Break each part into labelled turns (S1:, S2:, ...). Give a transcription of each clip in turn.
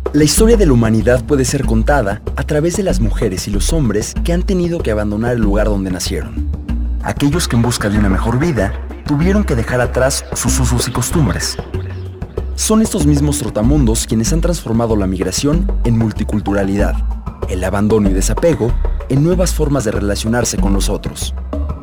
S1: La historia de la humanidad puede ser contada a través de las mujeres y los hombres que han tenido que abandonar el lugar donde nacieron. Aquellos que en busca de una mejor vida tuvieron que dejar atrás sus usos y costumbres. Son estos mismos trotamundos quienes han transformado la migración en multiculturalidad, el abandono y desapego en nuevas formas de relacionarse con los otros.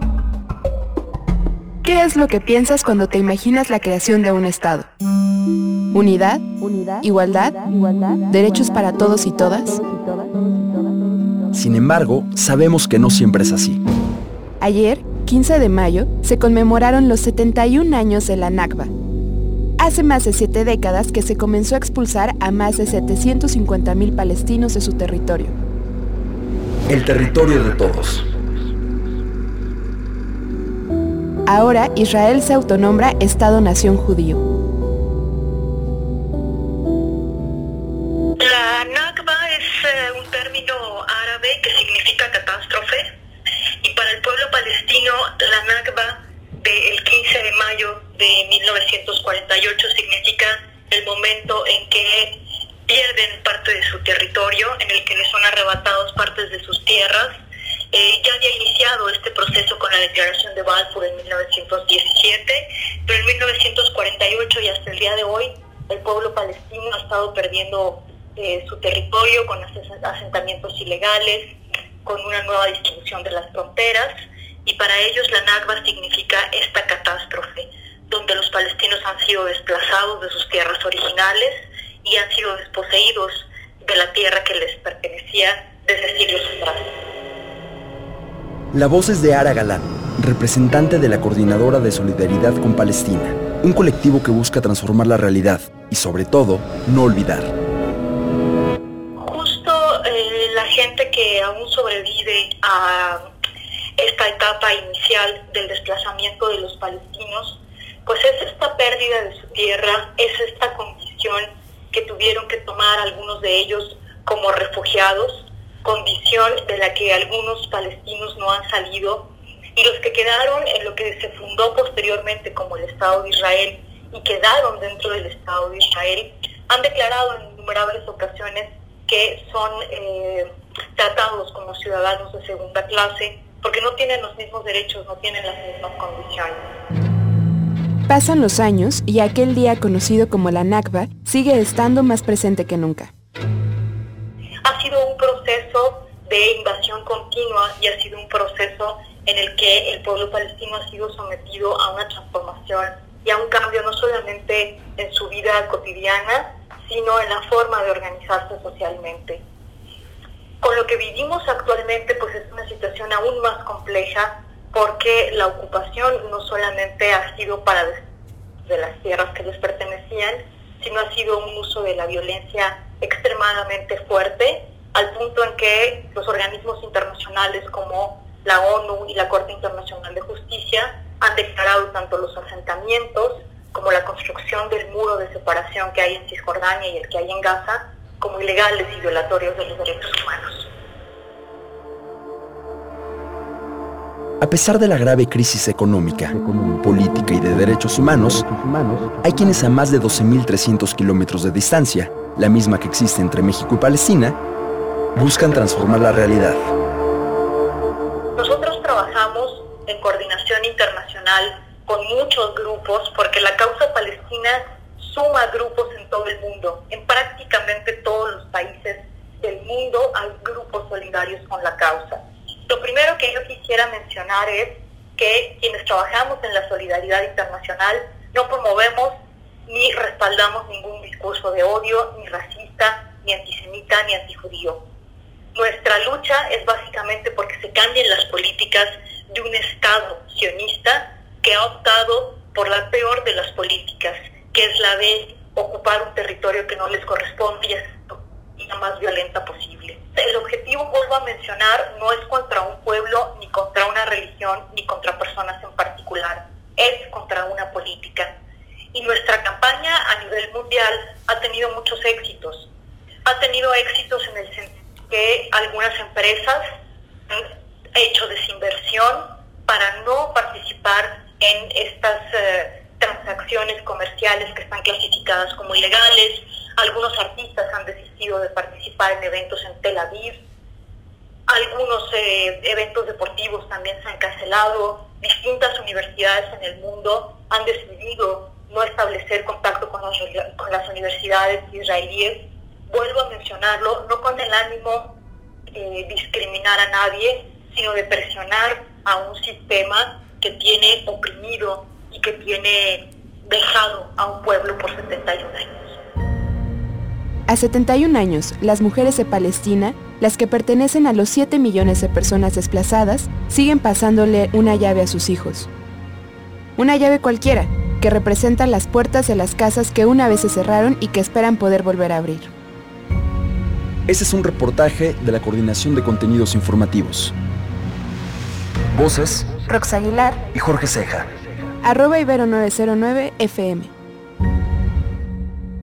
S2: ¿Qué es lo que piensas cuando te imaginas la creación de un Estado? ¿Unidad? ¿Igualdad? ¿Derechos para todos y todas?
S1: Sin embargo, sabemos que no siempre es así.
S2: Ayer, 15 de mayo, se conmemoraron los 71 años de la Nakba. Hace más de 7 décadas que se comenzó a expulsar a más de 750,000 palestinos de su territorio.
S1: El territorio de todos.
S2: Ahora Israel se autonombra Estado-Nación judío.
S3: La Nakba es un término árabe que significa catástrofe, y para el pueblo palestino la Nakba del 15 de mayo de 1948 significa el momento en que pierden parte de su territorio, en el que les son arrebatados partes de sus tierras. Ya había iniciado este proceso con la declaración de Balfour en 1917, pero en 1948 y hasta el día de hoy el pueblo palestino ha estado perdiendo su territorio con asentamientos ilegales, con una nueva distribución de las fronteras, y para ellos la Nakba significa esta catástrofe, donde los palestinos han sido desplazados de sus tierras originales y han sido desposeídos de la tierra que les pertenecía desde siglos atrás.
S1: La voz es de Ara Galán, representante de la Coordinadora de Solidaridad con Palestina, un colectivo que busca transformar la realidad y, sobre todo, no olvidar.
S3: Justo la gente que aún sobrevive a esta etapa inicial del desplazamiento de los palestinos, pues es esta pérdida de su tierra, es esta condición que tuvieron que tomar algunos de ellos como refugiados, condición de la que algunos palestinos no han salido, y los que quedaron en lo que se fundó posteriormente como el Estado de Israel y quedaron dentro del Estado de Israel, han declarado en innumerables ocasiones que son tratados como ciudadanos de segunda clase porque no tienen los mismos derechos, no tienen las mismas condiciones.
S2: Pasan los años y aquel día conocido como la Nakba sigue estando más presente que nunca.
S3: Ha sido un proceso de invasión continua y ha sido un proceso en el que el pueblo palestino ha sido sometido a una transformación y a un cambio no solamente en su vida cotidiana, sino en la forma de organizarse socialmente. Con lo que vivimos actualmente, pues es una situación aún más compleja, porque la ocupación no solamente ha sido para de las tierras que les pertenecían, sino ha sido un uso de la violencia extremadamente fuerte, al punto en que los organismos internacionales como la ONU y la Corte Internacional de Justicia han declarado tanto los asentamientos como la construcción del muro de separación que hay en Cisjordania y el que hay en Gaza como ilegales y violatorios de los derechos humanos.
S1: A pesar de la grave crisis económica, política y de derechos humanos, hay quienes a más de 12.300 kilómetros de distancia, la misma que existe entre México y Palestina, buscan transformar la realidad.
S3: Nosotros trabajamos en coordinación internacional con muchos grupos porque la causa palestina suma grupos en todo el mundo. En prácticamente todos los países del mundo hay grupos solidarios con la causa. Lo primero que yo quisiera mencionar es que quienes trabajamos en la solidaridad internacional no promovemos ni respaldamos ningún discurso de odio, ni racista, ni antisemita, ni antijudío. Nuestra lucha es básicamente porque se cambien las políticas de un Estado sionista que ha optado por la peor de las políticas, que es la de ocupar un territorio que no les corresponde y la más violenta posible. El objetivo, vuelvo a mencionar, no es contra un pueblo, ni contra una religión, ni contra personas en particular. Es contra una política. Y nuestra campaña a nivel mundial ha tenido muchos éxitos. Ha tenido éxitos en el sentido que algunas empresas han hecho desinversión para no participar en estas transacciones comerciales que están clasificadas como ilegales. Algunos artistas han desistido desistido de participar en eventos en Tel Aviv. Algunos eventos deportivos también se han cancelado. Distintas universidades en el mundo han decidido no establecer contacto con las universidades israelíes. Vuelvo a mencionarlo, no con el ánimo de discriminar a nadie, sino de presionar a un sistema que tiene oprimido y que tiene dejado a un pueblo por 71 años.
S2: A 71 años, las mujeres de Palestina, las que pertenecen a los 7 millones de personas desplazadas, siguen pasándole una llave a sus hijos. Una llave cualquiera, que representa las puertas de las casas que una vez se cerraron y que esperan poder volver a abrir.
S1: Este es un reportaje de la Coordinación de Contenidos Informativos. Voces:
S2: Rox Aguilar
S1: y Jorge Ceja.
S2: @Ibero909 FM.